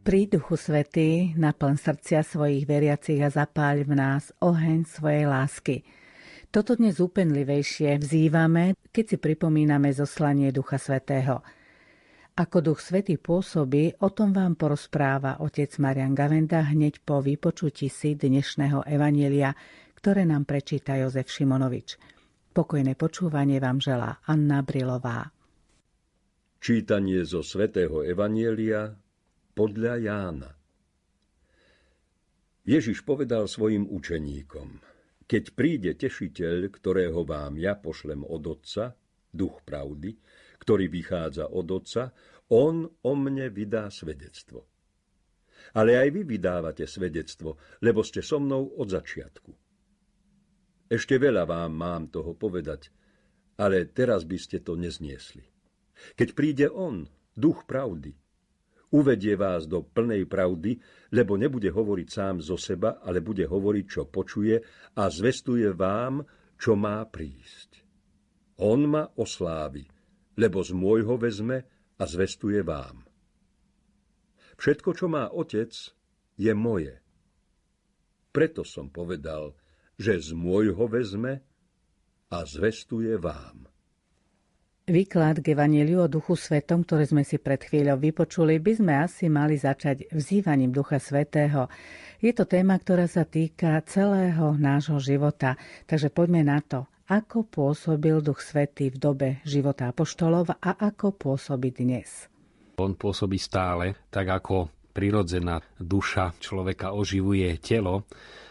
Príď, Duchu Svätý, naplň srdcia svojich veriacich a zapáľ v nás oheň svojej lásky. Toto dnes úpenlivejšie vzývame, keď si pripomíname zoslanie Ducha Svätého. Ako Duch Svätý pôsobí, o tom vám porozpráva otec Marián Gavenda hneď po vypočutí si dnešného evanjelia, ktoré nám prečíta Jozef Šimonovič. Pokojné počúvanie vám želá Anna Brilová. Čítanie zo svätého evanjelia podľa Jána. Ježiš povedal svojim učeníkom: Keď príde Tešiteľ, ktorého vám ja pošlem od Otca, Duch pravdy, ktorý vychádza od Otca, on o mne vydá svedectvo. Ale aj vy vydávate svedectvo, lebo ste so mnou od začiatku. Ešte veľa vám mám toho povedať, ale teraz by ste to nezniesli. Keď príde on, Duch pravdy, uvedie vás do plnej pravdy, lebo nebude hovoriť sám zo seba, ale bude hovoriť, čo počuje a zvestuje vám, čo má prísť. On ma oslávi, lebo z môjho vezme a zvestuje vám. Všetko, čo má Otec, je moje. Preto som povedal, že z môjho vezme a zvestuje vám. Výklad k evanjeliu o Duchu Svätom, ktoré sme si pred chvíľou vypočuli, by sme asi mali začať vzývaním Ducha Svätého. Je to téma, ktorá sa týka celého nášho života, takže poďme na to, ako pôsobil Duch Svätý v dobe života apoštolov a ako pôsobí dnes. On pôsobí stále, tak ako prirodzená duša človeka oživuje telo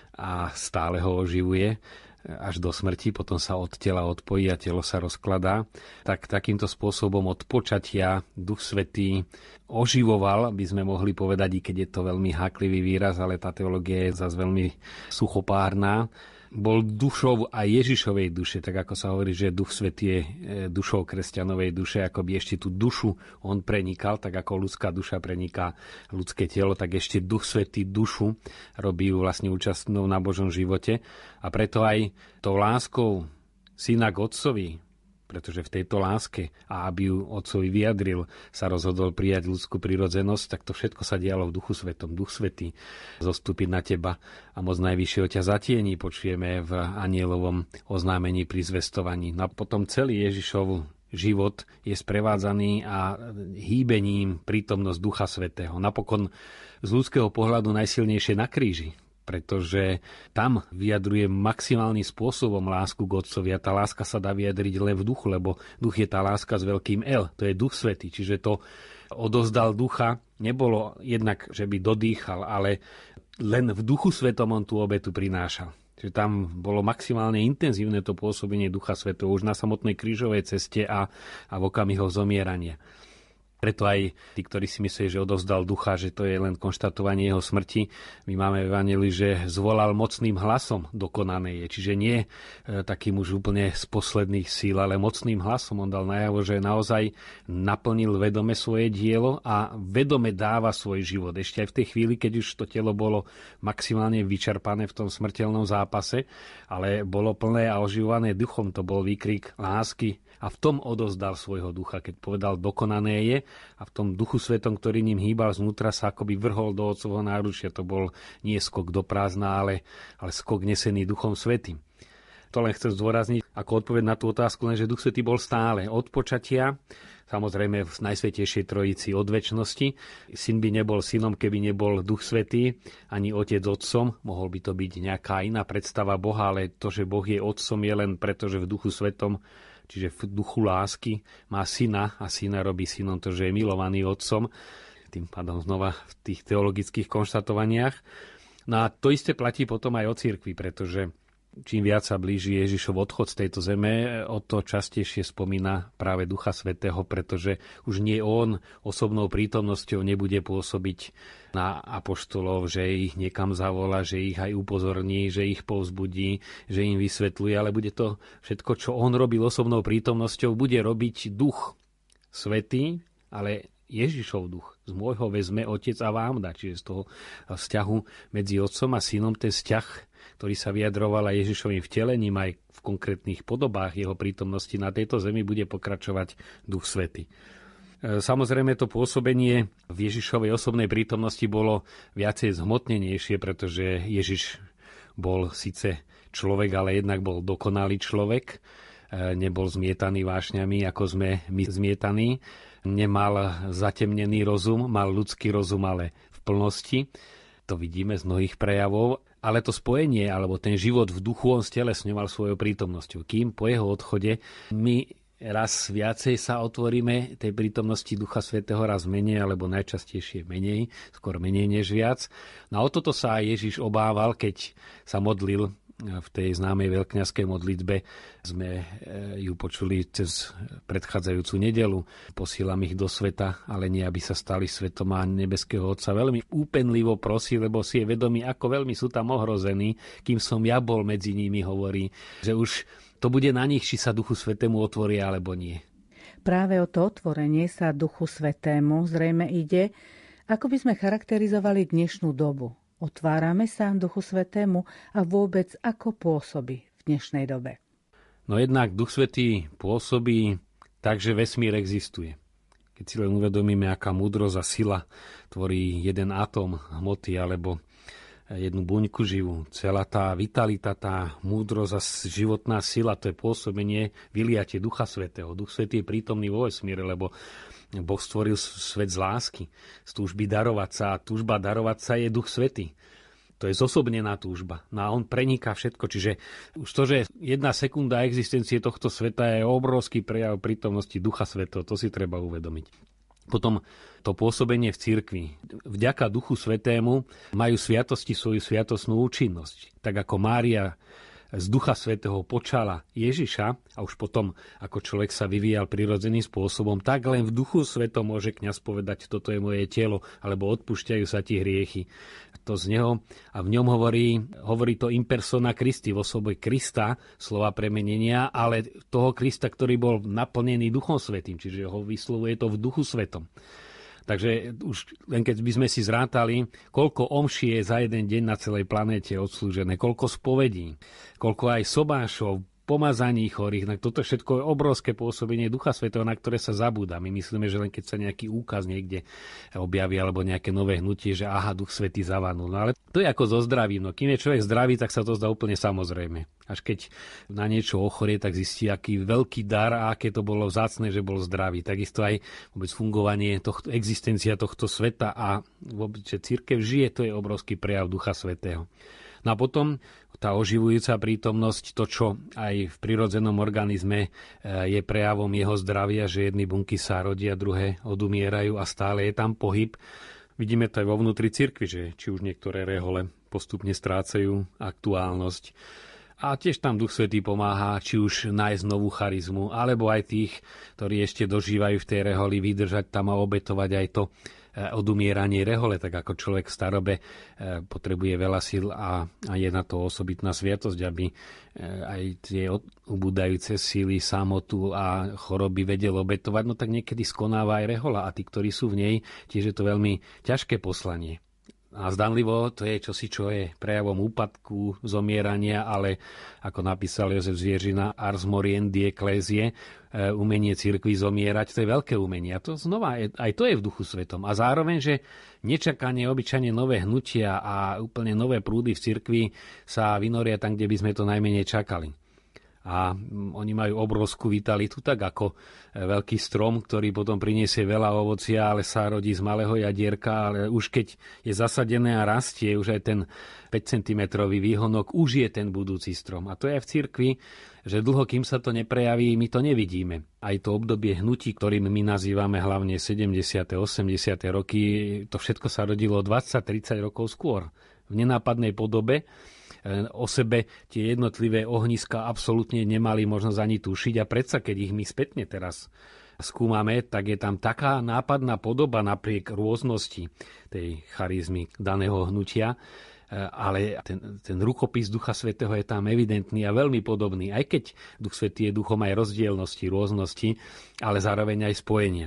a stále ho oživuje až do smrti, potom sa od tela odpojí a telo sa rozkladá. Tak takýmto spôsobom od počatia Duch Svätý oživoval, by sme mohli povedať, i keď je to veľmi háklivý výraz, ale tá teológia je zase veľmi suchopárna. Bol dušou aj Ježišovej duše, tak ako sa hovorí, že Duch Svätý je dušou kresťanovej duše, ako by ešte tú dušu on prenikal, tak ako ľudská duša preniká ľudské telo, tak ešte Duch Svätý dušu robí ju vlastne účastnou na Božom živote. A preto aj tou láskou syna k otcovi, pretože v tejto láske, a aby ju otcovi vyjadril, sa rozhodol prijať ľudskú prirodzenosť, tak to všetko sa dialo v Duchu Svätom. Duch Svätý zostúpiť na teba a moc najvyššieho ťa zatieni, počujeme v anjelovom oznámení pri zvestovaní. No a potom celý Ježišov život je sprevádzaný a hýbením prítomnosť Ducha Svätého. Napokon z ľudského pohľadu najsilnejšie na kríži, pretože tam vyjadruje maximálnym spôsobom lásku k Otcovi a tá láska sa dá vyjadriť len v duchu, lebo duch je tá láska s veľkým L, to je Duch Svätý, čiže to odozdal ducha, nebolo jednak, že by dodýchal, ale len v Duchu Svätom on tú obetu prinášal. Čiže tam bolo maximálne intenzívne to pôsobenie Ducha Svätého už na samotnej krížovej ceste a v okamihoch zomierania. Preto aj tí, ktorí si myslí, že odovzdal ducha, že to je len konštatovanie jeho smrti, my máme v evanjeliu, že zvolal mocným hlasom, dokonané je. Čiže nie takým už úplne z posledných síl, ale mocným hlasom on dal najavo, že naozaj naplnil vedome svoje dielo a vedome dáva svoj život. Ešte aj v tej chvíli, keď už to telo bolo maximálne vyčerpané v tom smrteľnom zápase, ale bolo plné a oživované duchom, to bol výkrik lásky a v tom odozdal svojho ducha, keď povedal dokonané je. A v tom Duchu Svätom, ktorý ním hýbal znútra, sa akoby vrhol do otcovho náručia. To bol nie skok do prázdna, ale skok nesený Duchom Svätým. To len chcem zdôrazniť ako odpoveď na tú otázku, lenže Duch Svätý bol stále od počatia, samozrejme v Najsvätejšej Trojici od večnosti. Syn by nebol synom, keby nebol Duch Svätý, ani Otec otcom. Mohol by to byť nejaká iná predstava Boha, ale to, že Boh je otcom, je len preto, že v Duchu Svätom, čiže v duchu lásky, má syna a syna robí synom to, že je milovaný otcom. Tým pádom znova v tých teologických konštatovaniach. No a to isté platí potom aj o cirkvi, pretože čím viac sa blíži Ježišov odchod z tejto zeme, o to častejšie spomína práve Ducha Svätého, pretože už nie on osobnou prítomnosťou nebude pôsobiť na apoštolov, že ich niekam zavolá, že ich aj upozorní, že ich povzbudí, že im vysvetľuje, ale bude to všetko, čo on robil osobnou prítomnosťou, bude robiť Duch Svätý, ale Ježišov duch. Z môjho vezme Otec a vám dá. Čiže z toho vzťahu medzi Otcom a Synom, ten vzťah, ktorý sa vyjadroval aj Ježišovým vtelením, aj v konkrétnych podobách jeho prítomnosti na tejto zemi, bude pokračovať Duch Svätý. Samozrejme to pôsobenie v Ježišovej osobnej prítomnosti bolo viacej zhmotnenejšie, pretože Ježiš bol síce človek, ale jednak bol dokonalý človek, nebol zmietaný vášňami, ako sme my zmietaní, nemal zatemnený rozum, mal ľudský rozum, ale v plnosti. To vidíme z mnohých prejavov, ale to spojenie, alebo ten život v duchu on stelesňoval svojou prítomnosťou. Kým po jeho odchode my raz viacej sa otvoríme tej prítomnosti Ducha Svätého, raz menej, alebo najčastejšie menej, skôr menej než viac. No a o toto sa Ježiš obával, keď sa modlil v tej známej veľkňazskej modlitbe. Sme ju počuli cez predchádzajúcu nedelu. Posílam ich do sveta, ale nie, aby sa stali svetom, a nebeského Otca veľmi úpenlivo prosí, lebo si je vedomý, ako veľmi sú tam ohrození, kým som ja bol medzi nimi, hovorí, že už to bude na nich, či sa Duchu Svätému otvoria, alebo nie. Práve o to otvorenie sa Duchu Svätému zrejme ide, ako by sme charakterizovali dnešnú dobu. Otvárame sa Duchu Svätému a vôbec ako pôsobí v dnešnej dobe? No jednak Duch Svätý pôsobí tak, že vesmír existuje. Keď si len uvedomíme, aká múdrosť a sila tvorí jeden atóm hmoty alebo jednu buňku živú. Celá tá vitalita, tá múdrosť a životná sila, to je pôsobenie, vyliatie Ducha Svätého. Duch Svätý je prítomný vo vesmíre, lebo Boh stvoril svet z lásky, z túžby darovať sa, a túžba darovať sa je Duch Svätý. To je zosobnená túžba. No a on preniká všetko. Čiže už to, že jedna sekunda existencie tohto sveta je obrovský prejav prítomnosti Ducha Svätého, to si treba uvedomiť. Potom to pôsobenie v cirkvi. Vďaka Duchu Svätému majú sviatosti svoju sviatostnú účinnosť. Tak ako Mária z Ducha Svätého počala Ježiša a už potom, ako človek sa vyvíjal prirodzeným spôsobom, tak len v Duchu Svätom môže kňaz povedať, toto je moje telo, alebo odpúšťajú sa ti hriechy. To z neho a v ňom hovorí to in persona Christi, v osobe Krista, slova premenenia, ale toho Krista, ktorý bol naplnený Duchom Svätým, čiže ho vyslovuje to v Duchu Svätom. Takže už len keď by sme si zrátali, koľko omší je za jeden deň na celej planéte odslúžené, koľko spovedí, koľko aj sobášov, pomazaní chorých, na toto všetko je obrovské pôsobenie Ducha Svätého, na ktoré sa zabúda. My myslíme, že len keď sa nejaký úkaz niekde objaví alebo nejaké nové hnutie, že aha, Duch Svätý zavanul. No ale to je ako so zdravím. No kým je človek zdravý, tak sa to zdá úplne samozrejme. Až keď na niečo ochorie, tak zistí, aký veľký dar a aké to bolo vzácne, že bol zdravý. Takisto aj vôbec fungovanie, existencia tohto sveta a vôbec, že cirkev žije, to je obrovský prejav Ducha Svätého. No a potom tá oživujúca prítomnosť, to, čo aj v prirodzenom organizme je prejavom jeho zdravia, že jedny bunky sa rodia, druhé odumierajú a stále je tam pohyb. Vidíme to aj vo vnútri cirkvi, že či už niektoré rehole postupne strácajú aktuálnosť. A tiež tam Duch Svätý pomáha, či už nájsť novú charizmu, alebo aj tých, ktorí ešte dožívajú v tej reholi, vydržať tam a obetovať aj to odumieranie rehole, tak ako človek v starobe potrebuje veľa síl a je na to osobitná sviatosť, aby aj tie ubúdajúce síly, samotu a choroby vedel obetovať, no tak niekedy skonáva aj rehola a tí, ktorí sú v nej, tiež je to veľmi ťažké poslanie. A zdanlivo to je čosi, čo je prejavom úpadku, zomierania, ale ako napísal Jozef Zvieržina, ars moriendi ecclesiae, umenie cirkvi zomierať, to je veľké umenie. A to znova, aj to je v Duchu Svätom. A zároveň, že nečakanie, obyčajne nové hnutia a úplne nové prúdy v cirkvi sa vynoria tam, kde by sme to najmenej čakali. A oni majú obrovskú vitalitu, tak ako veľký strom, ktorý potom priniesie veľa ovocia, ale sa rodí z malého jadierka, ale už keď je zasadené a rastie, už aj ten 5 cm výhonok, už je ten budúci strom. A to je aj v cirkvi, že dlho, kým sa to neprejaví, my to nevidíme. Aj to obdobie hnutí, ktorým my nazývame hlavne 70. 80. roky, to všetko sa rodilo 20-30 rokov skôr. V nenápadnej podobe. O sebe tie jednotlivé ohniska absolútne nemali možnosť ani tušiť a predsa, keď ich my spätne teraz skúmame, tak je tam taká nápadná podoba napriek rôznosti tej charizmy daného hnutia, ale ten rukopis Ducha Svätého je tam evidentný a veľmi podobný, aj keď Duch Svätý je duchom aj rozdielnosti, rôznosti, ale zároveň aj spojenia.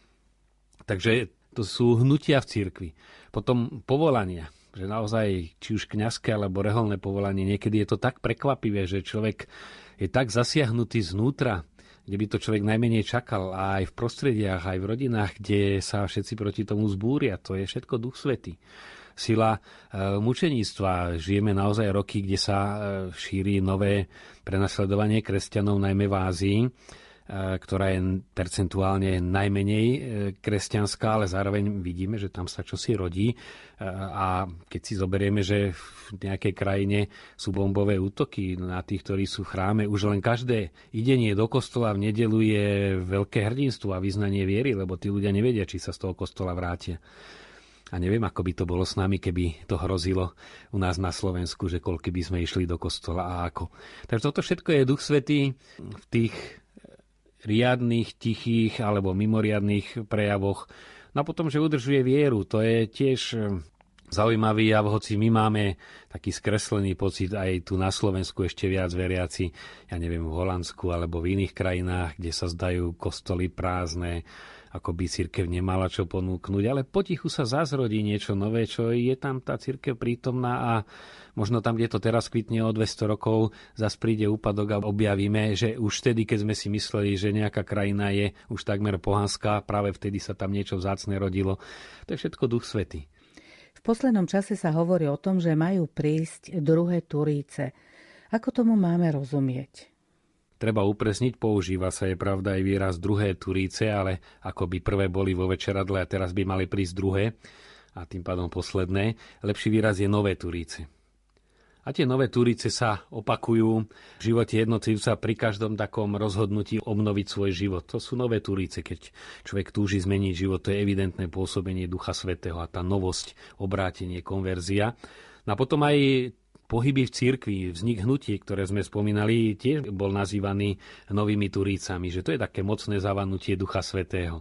Takže to sú hnutia v cirkvi. Potom povolania, že naozaj, či už kňazské alebo reholné povolanie, niekedy je to tak prekvapivé, že človek je tak zasiahnutý znútra kde by to človek najmenej čakal, a aj v prostrediach, aj v rodinách, kde sa všetci proti tomu zbúria. To je všetko Duch Svätý. Sila mučeníctva. Žijeme naozaj roky, kde sa šíri nové prenasledovanie kresťanov, najmä v Ázii, ktorá je percentuálne najmenej kresťanská, ale zároveň vidíme, že tam sa čosi rodí. A keď si zoberieme, že v nejakej krajine sú bombové útoky na tých, ktorí sú v chráme, už len každé idenie do kostola v nedeľu je veľké hrdinstvo a vyznanie viery, lebo tí ľudia nevedia, či sa z toho kostola vrátia. A neviem, ako by to bolo s nami, keby to hrozilo u nás na Slovensku, že koľko by sme išli do kostola a ako. Takže toto všetko je Duch Svätý v tých riadnych, tichých alebo mimoriadnych prejavoch. No a potom, že udržuje vieru, to je tiež zaujímavý jav, hoci my máme taký skreslený pocit aj tu na Slovensku ešte viac veriaci, ja neviem, v Holandsku alebo v iných krajinách, kde sa zdajú kostoly prázdne, ako by cirkev nemala čo ponúknuť, ale potichu sa zazrodí niečo nové, čo je tam tá cirkev prítomná a možno tam, kde to teraz kvitne o 200 rokov, zas príde úpadok a objavíme, že už vtedy, keď sme si mysleli, že nejaká krajina je už takmer pohanská, práve vtedy sa tam niečo vzácne rodilo. To je všetko Duch Svätý. V poslednom čase sa hovorí o tom, že majú prísť druhé turíce. Ako tomu máme rozumieť? Treba upresniť, používa sa, je pravda, aj výraz druhé turíce, ale ako by prvé boli vo večeradle a teraz by mali prísť druhé a tým pádom posledné. Lepší výraz je nové turíce. A tie nové turíce sa opakujú v živote jednotlivca pri každom takom rozhodnutí obnoviť svoj život. To sú nové turíce, keď človek túži zmeniť život, to je evidentné pôsobenie Ducha Svätého a tá novosť, obrátenie, konverzia. No a potom aj pohyby v cirkvi, vznik hnutí, ktoré sme spomínali, tiež bol nazývaný novými turícami, že to je také mocné zavanutie Ducha Svätého.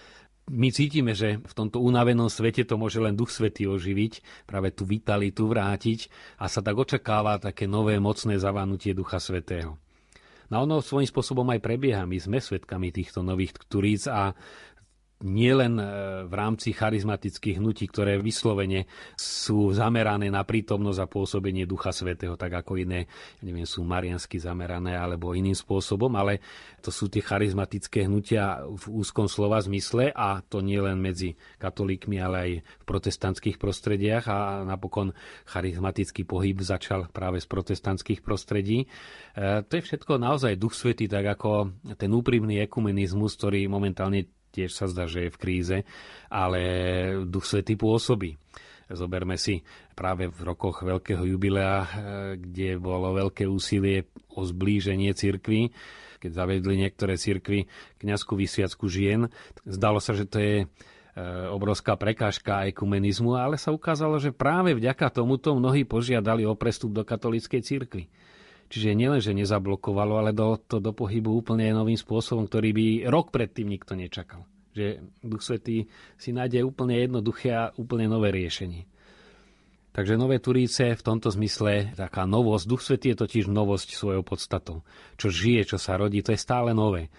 My cítime, že v tomto unavenom svete to môže len Duch Svätý oživiť, práve tú vitalitu vrátiť a sa tak očakáva také nové mocné zavanutie Ducha Svätého. No ono svojím spôsobom aj prebieha, my sme svedkami týchto nových turíc a nie len v rámci charizmatických hnutí, ktoré vyslovene sú zamerané na prítomnosť a pôsobenie Ducha Svätého, tak ako iné, neviem, sú mariansky zamerané alebo iným spôsobom, ale to sú tie charizmatické hnutia v úzkom slova zmysle a to nie len medzi katolíkmi, ale aj v protestantských prostrediach a napokon charizmatický pohyb začal práve z protestantských prostredí. To je všetko naozaj Duch Svätý, tak ako ten úprimný ekumenizmus, ktorý momentálne tiež sa zdá, že je v kríze, ale Duch Svätý pôsobí. Zoberme si práve v rokoch veľkého jubilea, kde bolo veľké úsilie o zblíženie cirkvi, keď zavedli niektoré cirkvi kňazskú vysviacku žien. Zdalo sa, že to je obrovská prekážka ekumenizmu, ale sa ukázalo, že práve vďaka tomuto mnohí požiadali o prestup do katolíckej cirkvi. Čiže nielen, že nezablokovalo, ale to do pohybu úplne novým spôsobom, ktorý by rok predtým nikto nečakal. Že Duch Svätý si nájde úplne jednoduché a úplne nové riešenie. Takže nové turíce v tomto zmysle, taká novosť. Duch Svätý je totiž novosť svojou podstatou. Čo žije, čo sa rodí, to je stále nové.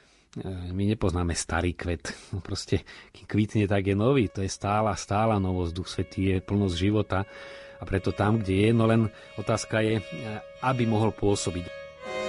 My nepoznáme starý kvet. Proste, keď kvitne, tak je nový. To je stála novosť. Duch Svätý je plnosť života. A preto tam, kde je, no len otázka je, aby mohol pôsobiť.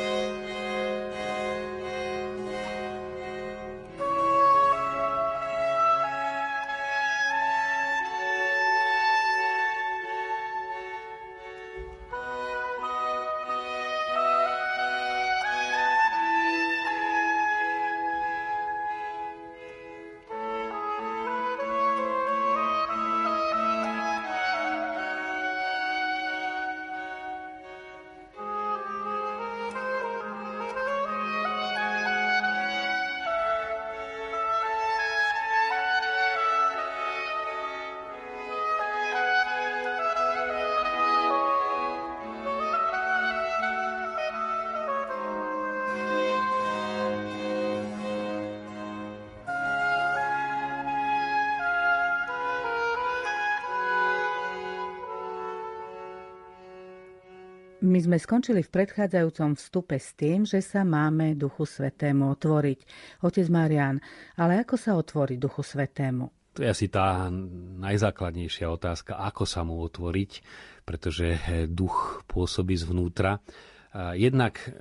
My sme skončili v predchádzajúcom vstupe s tým, že sa máme Duchu Svätému otvoriť. Otec Marián, ale ako sa otvoriť Duchu Svätému? To je asi tá najzákladnejšia otázka, ako sa mu otvoriť, pretože duch pôsobí zvnútra. Jednak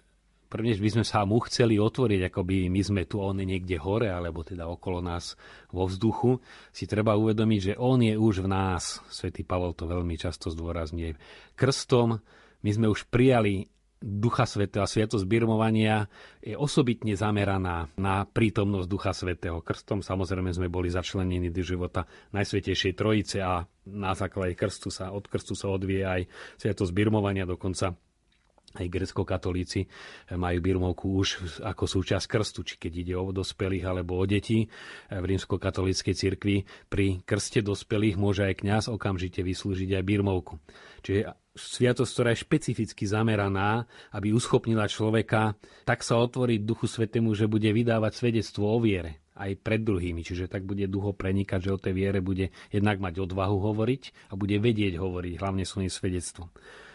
Prvnež by sme sa mu chceli otvoriť, akoby my sme tu, on je niekde hore, alebo teda okolo nás vo vzduchu, si treba uvedomiť, že on je už v nás. Svätý Pavol to veľmi často zdôrazňuje. Krstom my sme už prijali Ducha Svätého a sviatosť birmovania je osobitne zameraná na prítomnosť Ducha Svätého. Krstom samozrejme sme boli začlenení do života Najsvätejšej Trojice a na základe od krstu sa odvíja aj sviatosť birmovania, dokonca aj gréckokatolíci majú birmovku už ako súčasť krstu, či keď ide o dospelých alebo o deti. V rímskokatolíckej cirkvi pri krste dospelých môže aj kňaz okamžite vyslúžiť aj birmovku. Čiže sviatosť, ktorá je špecificky zameraná, aby uschopnila človeka tak sa otvoriť Duchu Svätému, že bude vydávať svedectvo o viere aj pred druhými. Čiže tak bude ducho prenikať, že o tej viere bude jednak mať odvahu hovoriť a bude vedieť hovoriť, hlavne svojím svedectvom.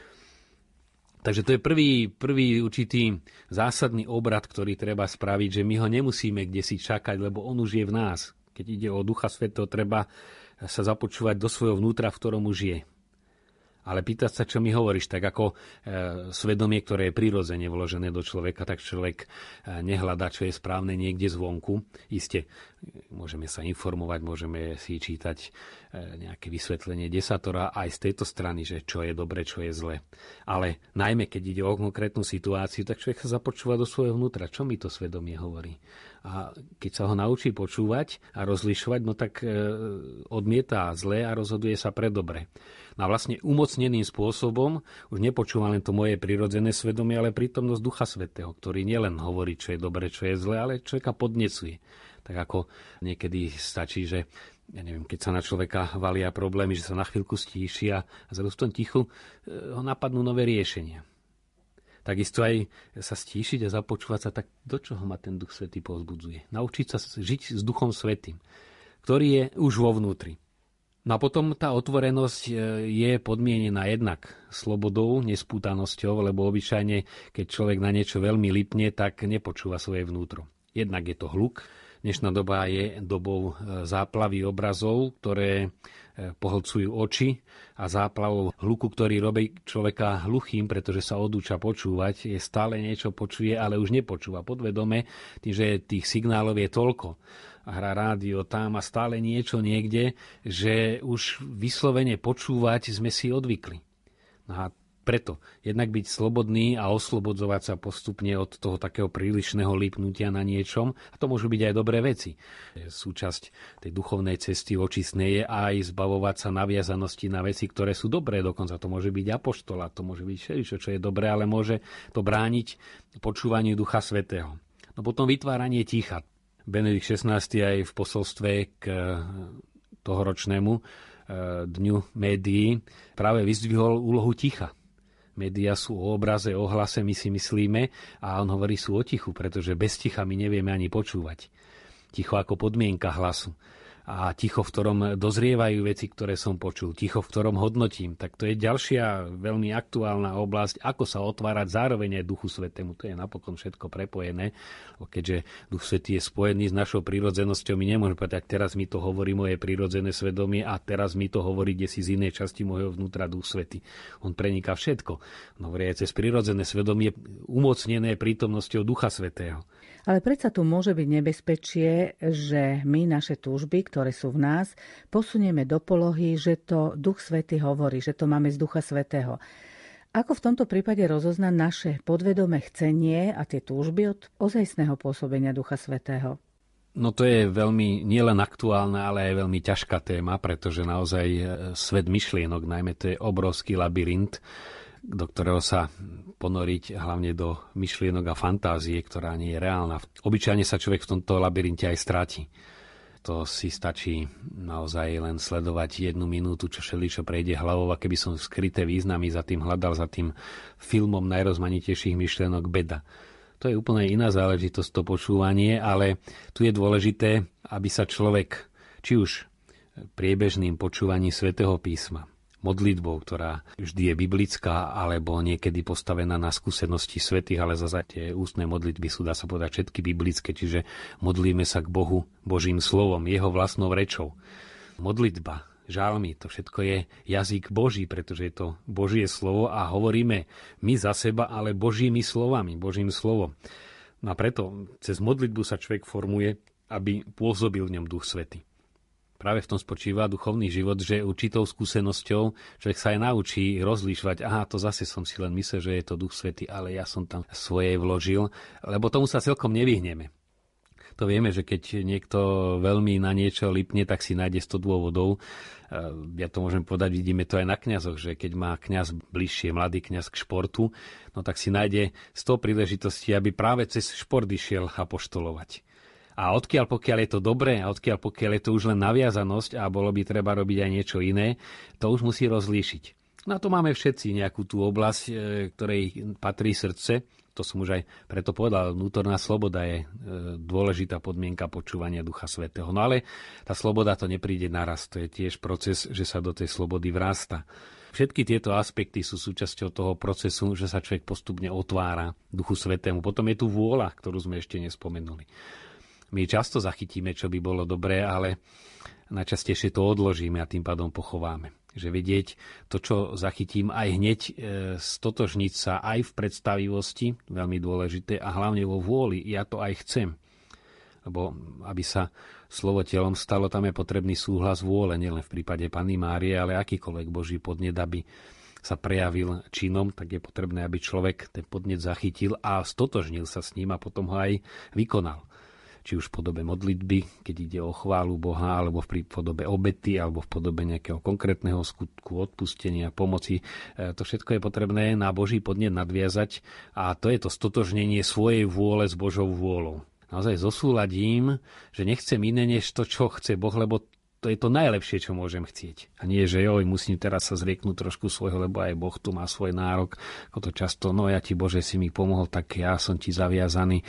Takže to je prvý určitý zásadný obrad, ktorý treba spraviť, že my ho nemusíme kdesi čakať, lebo on už je v nás. Keď ide o Ducha Svätého, treba sa započúvať do svojho vnútra, v ktorom už je. Ale pýtať sa, čo mi hovoríš, tak ako svedomie, ktoré je prirodzene vložené do človeka, tak človek nehľadá, čo je správne niekde zvonku. Isté, môžeme sa informovať, môžeme si čítať nejaké vysvetlenie desatora aj z tejto strany, že čo je dobre, čo je zle. Ale najmä, keď ide o konkrétnu situáciu, tak človek sa započúva do svojho vnútra. Čo mi to svedomie hovorí? A keď sa ho naučí počúvať a rozlišovať, no tak odmieta zlé a rozhoduje sa pre dobre. No a vlastne umocneným spôsobom už nepočúva len to moje prirodzené svedomie, ale prítomnosť Ducha Svätého, ktorý nielen hovorí, čo je dobre, čo je zlé, ale človeka podnecuje. Tak ako niekedy stačí, že keď sa na človeka valia problémy, že sa na chvíľku stíši a zrazu v tom tichu ho napadnú nové riešenia. Takisto aj sa stíšiť a započúvať sa, tak do čoho ma ten Duch Svätý povzbudzuje. Naučiť sa žiť s Duchom Svätým, ktorý je už vo vnútri. No a potom tá otvorenosť je podmienená jednak slobodou, nespútanosťou, lebo obyčajne, keď človek na niečo veľmi lipne, tak nepočúva svoje vnútro. Jednak je to hluk. Dnešná doba je dobou záplavy obrazov, ktoré pohlcujú oči a záplavou hluku, ktorý robí človeka hluchým, pretože sa odúča počúvať. Je stále niečo počuje, ale už nepočúva podvedome, tým, že tých signálov je toľko. A hrá rádio tam a stále niečo niekde, že už vyslovene počúvať sme si odvykli. No a preto jednak byť slobodný a oslobodzovať sa postupne od toho takého prílišného lípnutia na niečom. A to môžu byť aj dobré veci. Súčasť tej duchovnej cesty očistnej je aj zbavovať sa naviazanosti na veci, ktoré sú dobré. Dokonca to môže byť apoštolát, to môže byť všetko, čo je dobré, ale môže to brániť počúvaniu Ducha Svätého. No potom vytváranie ticha. Benedikt XVI aj v posolstve k tohoročnému dňu médií práve vyzdvihol úlohu ticha. Média sú o obraze, o hlase, my si myslíme, a on hovorí, sú o tichu, pretože bez ticha my nevieme ani počúvať. Ticho ako podmienka hlasu. A ticho, v ktorom dozrievajú veci, ktoré som počul. Ticho, v ktorom hodnotím. Tak to je ďalšia veľmi aktuálna oblasť, ako sa otvárať zároveň aj Duchu Svätému. To je napokon všetko prepojené. Keďže Duch Svätý je spojený s našou prírodzenosťou, my nemôžeme povedať, teraz mi to hovorí moje prírodzené svedomie a teraz mi to hovorí kdesi z inej časti môjho vnútra Duch Svätý. On preniká všetko. No aj cez prírodzené svedomie umocnené prítomnosťou Ducha Svätého. Ale predsa tu môže byť nebezpečie, že my naše túžby, ktoré sú v nás, posunieme do polohy, že to Duch Svätý hovorí, že to máme z Ducha Svätého. Ako v tomto prípade rozoznať naše podvedomé chcenie a tie túžby od ozajstného pôsobenia Ducha Svätého? No to je veľmi nielen aktuálna, ale aj veľmi ťažká téma, pretože naozaj svet myšlienok, najmä to je obrovský labyrint, do ktorého sa ponoriť hlavne do myšlienok a fantázie, ktorá nie je reálna. Obyčajne sa človek v tomto labyrinte aj stráti. To si stačí naozaj len sledovať 1 minútu, čo všeličo prejde hlavou, a keby som skryté významy za tým hľadal, za tým filmom najrozmanitejších myšlienok beda. To je úplne iná záležitosť, to počúvanie, ale tu je dôležité, aby sa človek, či už priebežným počúvaním Svätého písma, modlitbou, ktorá vždy je biblická, alebo niekedy postavená na skúsenosti svätých, ale zase tie ústne modlitby sú, dá sa povedať, všetky biblické, čiže modlíme sa k Bohu Božím slovom, jeho vlastnou rečou. Modlitba, žalmy, to všetko je jazyk Boží, pretože je to Božie slovo a hovoríme my za seba, ale Božími slovami, Božím slovom. No a preto cez modlitbu sa človek formuje, aby pôsobil v ňom Duch Svätý. Práve v tom spočíva duchovný život, že určitou skúsenosťou človek sa aj naučí rozlíšovať, to zase som si len myslel, že je to Duch Svätý, ale ja som tam svoje vložil, lebo tomu sa celkom nevyhneme. To vieme, že keď niekto veľmi na niečo lipne, tak si nájde 100 dôvodov. Ja to môžem povedať, vidíme to aj na kňazoch, že keď má kňaz bližšie, mladý kňaz k športu, no tak si nájde 100 príležitostí, aby práve cez šport išiel apoštolovať. A pokiaľ je to dobré, a pokiaľ je to už len naviazanosť a bolo by treba robiť aj niečo iné, to už musí rozlíšiť. Na to máme všetci nejakú tú oblasť, ktorej patrí srdce. To som už aj preto povedal, vnútorná sloboda je dôležitá podmienka počúvania Ducha Svätého. No ale tá sloboda to nepríde naraz, to je tiež proces, že sa do tej slobody vrásta. Všetky tieto aspekty sú súčasťou toho procesu, že sa človek postupne otvára Duchu Svätému. Potom je tu vôľa, ktorú sme ešte nespomenuli. My často zachytíme, čo by bolo dobré, ale najčastejšie to odložíme a tým pádom pochováme. Že vedieť to, čo zachytím, aj hneď stotožniť sa aj v predstavivosti, veľmi dôležité, a hlavne vo vôli, ja to aj chcem. Lebo aby sa slovo telom stalo, tam je potrebný súhlas vôle, nielen v prípade Panny Márie, ale akýkoľvek Boží podnet, aby sa prejavil činom, tak je potrebné, aby človek ten podnet zachytil a stotožnil sa s ním a potom ho aj vykonal. Či už v podobe modlitby, keď ide o chválu Boha, alebo v podobe obety, alebo v podobe nejakého konkrétneho skutku, odpustenia, pomoci. To všetko je potrebné na Boží podnet nadviazať a to je to stotožnenie svojej vôle s Božou vôľou. Naozaj zosúladím, že nechcem iné než to, čo chce Boh, lebo to je to najlepšie, čo môžem chcieť. A nie, že musím teraz sa zrieknúť trošku svojho, lebo aj Boh tu má svoj nárok. Ako to často, ja ti Bože si mi pomohol, tak ja som ti zaviazaný.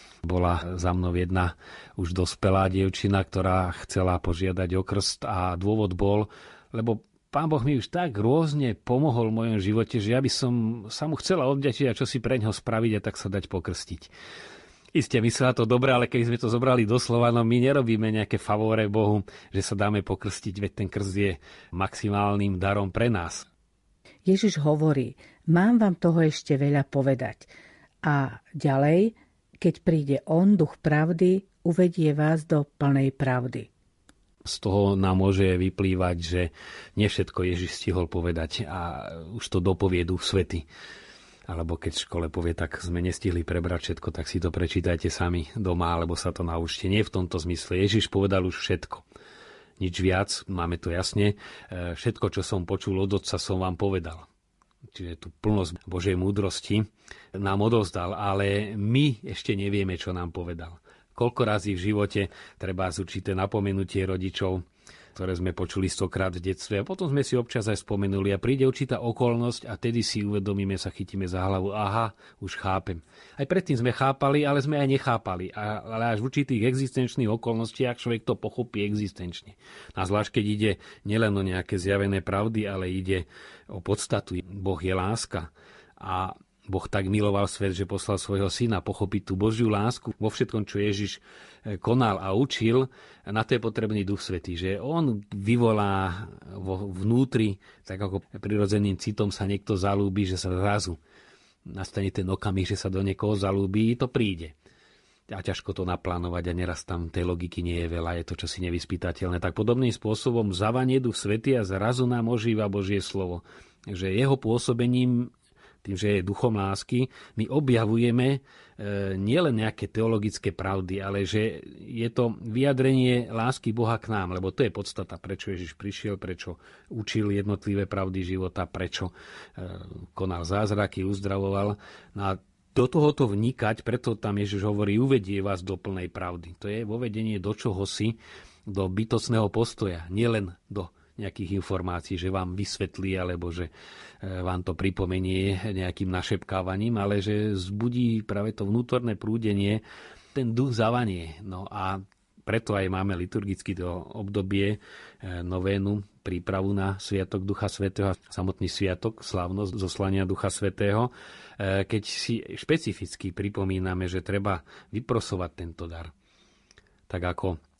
Bola za mnou jedna už dospelá dievčina, ktorá chcela požiadať o krst a dôvod bol, lebo Pán Boh mi už tak rôzne pomohol v mojom živote, že ja by som sa mu chcela odvďačiť a čo si preňho spraviť a tak sa dať pokrstiť. Isté, myslela to dobre, ale keď sme to zobrali doslova, my nerobíme nejaké favóre Bohu, že sa dáme pokrstiť, veď ten krst je maximálnym darom pre nás. Ježiš hovorí, mám vám toho ešte veľa povedať. A ďalej, keď príde on, Duch pravdy, uvedie vás do plnej pravdy. Z toho nám môže vyplývať, že nie všetko Ježiš stihol povedať a už to dopovie Duch Svätý. Alebo keď v škole povie, tak sme nestihli prebrať všetko, tak si to prečítajte sami doma, alebo sa to naučte. Nie v tomto zmysle. Ježiš povedal už všetko. Nič viac, máme to jasne. Všetko, čo som počul od Otca, som vám povedal. Čiže tú plnosť Božej múdrosti nám odovzdal, ale my ešte nevieme, čo nám povedal. Koľko razy v živote treba určité napomenutie rodičov, ktoré sme počuli 100-krát v detstve a potom sme si občas aj spomenuli a príde určitá okolnosť a tedy si uvedomíme, sa chytíme za hlavu, aha, už chápem. Aj predtým sme chápali, ale sme aj nechápali, ale až v určitých existenčných okolnostiach človek to pochopí existenčne. A zvlášť, keď ide nielen o nejaké zjavené pravdy, ale ide o podstatu. Boh je láska a Boh tak miloval svet, že poslal svojho syna pochopiť tú Božiu lásku vo všetkom, čo Ježiš konal a učil. Na to je potrebný Duch Svätý, že on vyvolá vo vnútri, tak ako prirodzeným citom sa niekto zalúbi, že sa zrazu nastane ten okamih, že sa do niekoho zalúbi, to príde. A ťažko to naplánovať a neraz tam tej logiky nie je veľa, je to čosi nevyspytateľné. Tak podobným spôsobom zavanie Duch Svätý a zrazu nám ožíva Božie slovo. Že jeho pôsobením, tým, že je duchom lásky, my objavujeme nielen nejaké teologické pravdy, ale že je to vyjadrenie lásky Boha k nám, lebo to je podstata, prečo Ježiš prišiel, prečo učil jednotlivé pravdy života, prečo konal zázraky, uzdravoval. No a do tohoto vnikať, preto tam Ježiš hovorí, uvedie vás do plnej pravdy. To je vovedenie do čohosi, do bytostného postoja, nielen do nejakých informácií, že vám vysvetlí, alebo že vám to pripomenie nejakým našepkávaním, ale že zbudí práve to vnútorné prúdenie, ten duch zavanie. No a preto aj máme liturgicky to obdobie novénu, prípravu na Sviatok Ducha Svätého, samotný sviatok, slávnosť zoslania Ducha Svätého, keď si špecificky pripomíname, že treba vyprosovať tento dar. Tak ako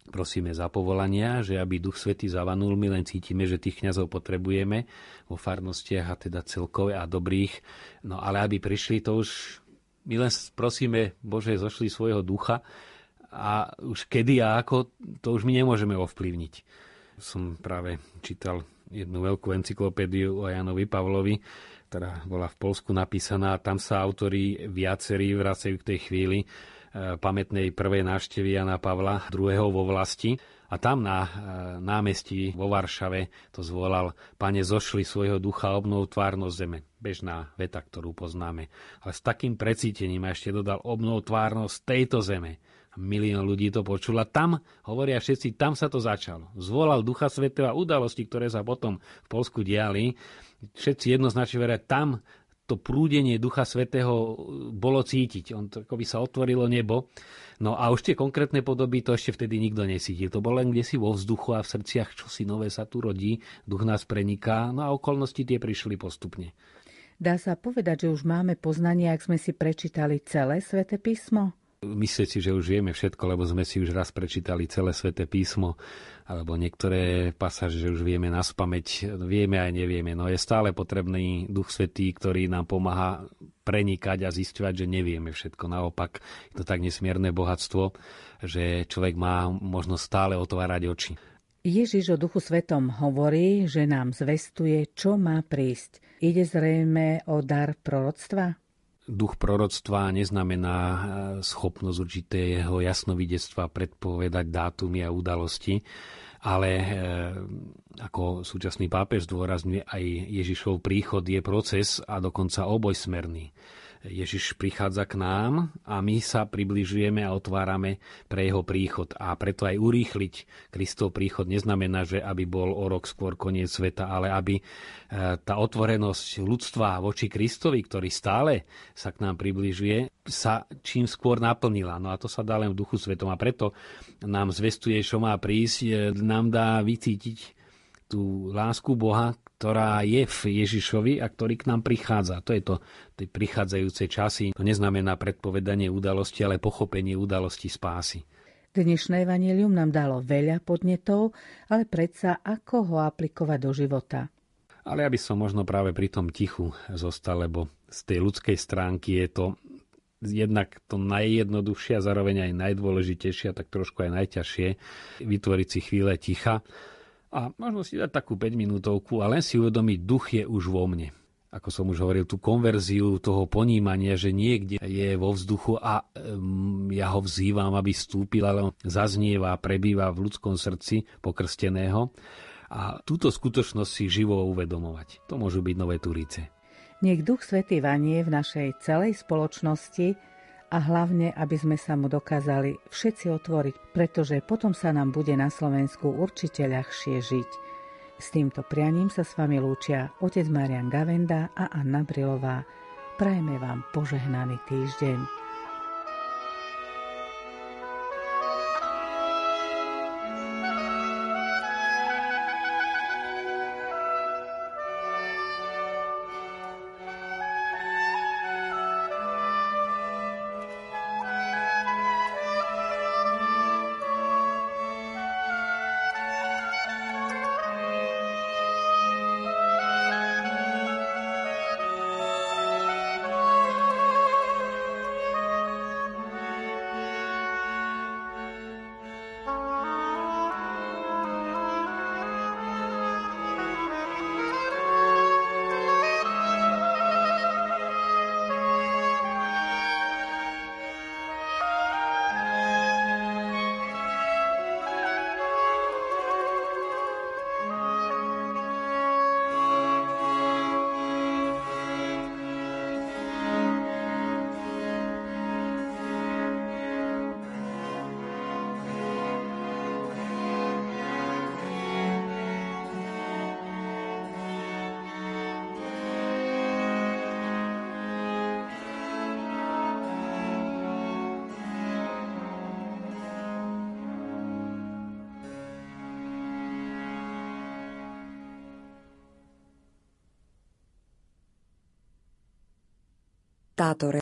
prosíme za povolania, že aby Duch Svätý zavanul, my len cítime, že tých kňazov potrebujeme vo farnostiach a teda celkové a dobrých. No ale aby prišli, to už my len prosíme, Bože, zošli svojho ducha a už kedy a ako, to už my nemôžeme ovplyvniť. Som práve čítal jednu veľkú encyklopédiu o Jánovi Pavlovi, ktorá bola v Poľsku napísaná. Tam sa autori viacerí vracajú k tej chvíli pamätnej prvej návštevy Jana Pavla II. Vo vlasti. A tam na námestí vo Varšave to zvolal: Pane, zošli svojho ducha, obnov tvárnosť zeme. Bežná veta, ktorú poznáme. Ale s takým precítením a ešte dodal: obnov tvárnosť tejto zeme. Milión ľudí to počul a tam, hovoria všetci, tam sa to začalo. Zvolal Ducha Svätého a udalosti, ktoré sa potom v Poľsku diali. Všetci jednoznačne veria, tam to prúdenie Ducha Svätého bolo cítiť. On to, akoby sa otvorilo nebo. No a už tie konkrétne podoby to ešte vtedy nikto nesítil. To bolo len kdesi vo vzduchu a v srdciach čosi nové sa tu rodí. Duch nás preniká. No a okolnosti tie prišli postupne. Dá sa povedať, že už máme poznanie, ak sme si prečítali celé Sväté písmo? Myslieť si, že už vieme všetko, lebo sme si už raz prečítali celé Sväté písmo, alebo niektoré pasáže, že už vieme naspamäť, vieme aj nevieme. No je stále potrebný Duch Svätý, ktorý nám pomáha prenikať a zisťovať, že nevieme všetko. Naopak, je to tak nesmierne bohatstvo, že človek má možnosť stále otvárať oči. Ježiš o Duchu Svätom hovorí, že nám zvestuje, čo má prísť. Ide zrejme o dar proroctva? Duch proroctva neznamená schopnosť určitého jasnovidectva predpovedať dátumy a udalosti, ale ako súčasný pápež zdôrazňuje, aj Ježišov príchod je proces a dokonca obojsmerný. Ježiš prichádza k nám a my sa približujeme a otvárame pre jeho príchod. A preto aj urýchliť Kristov príchod neznamená, že aby bol o rok skôr koniec sveta, ale aby tá otvorenosť ľudstva voči Kristovi, ktorý stále sa k nám približuje, sa čím skôr naplnila. No a to sa dá len v Duchu Svätom. A preto nám zvestuje, čo má prísť, nám dá vycítiť tú lásku Boha, ktorá je v Ježišovi a ktorý k nám prichádza. To je to, tie prichádzajúce časy. To neznamená predpovedanie udalosti, ale pochopenie udalosti spásy. Dnešné evanjelium nám dalo veľa podnetov, ale predsa ako ho aplikovať do života? Ale ja by som možno práve pri tom tichu zostal, lebo z tej ľudskej stránky je to jednak to najjednoduchšie a zároveň aj najdôležitejšie a tak trošku aj najťažšie vytvoriť si chvíle ticha. A možno si dať takú 5-minútovku a len si uvedomiť, duch je už vo mne. Ako som už hovoril, tú konverziu toho ponímania, že niekde je vo vzduchu a ja ho vzývam, aby vstúpil, ale on zaznieva, prebýva v ľudskom srdci pokrsteného. A túto skutočnosť si živo uvedomovať. To môžu byť nové Turíce. Nech Duch Svätý vanie v našej celej spoločnosti a hlavne, aby sme sa mu dokázali všetci otvoriť, pretože potom sa nám bude na Slovensku určite ľahšie žiť. S týmto prianím sa s vami lúčia otec Marián Gavenda a Anna Brilová. Prajeme vám požehnaný týždeň. Táto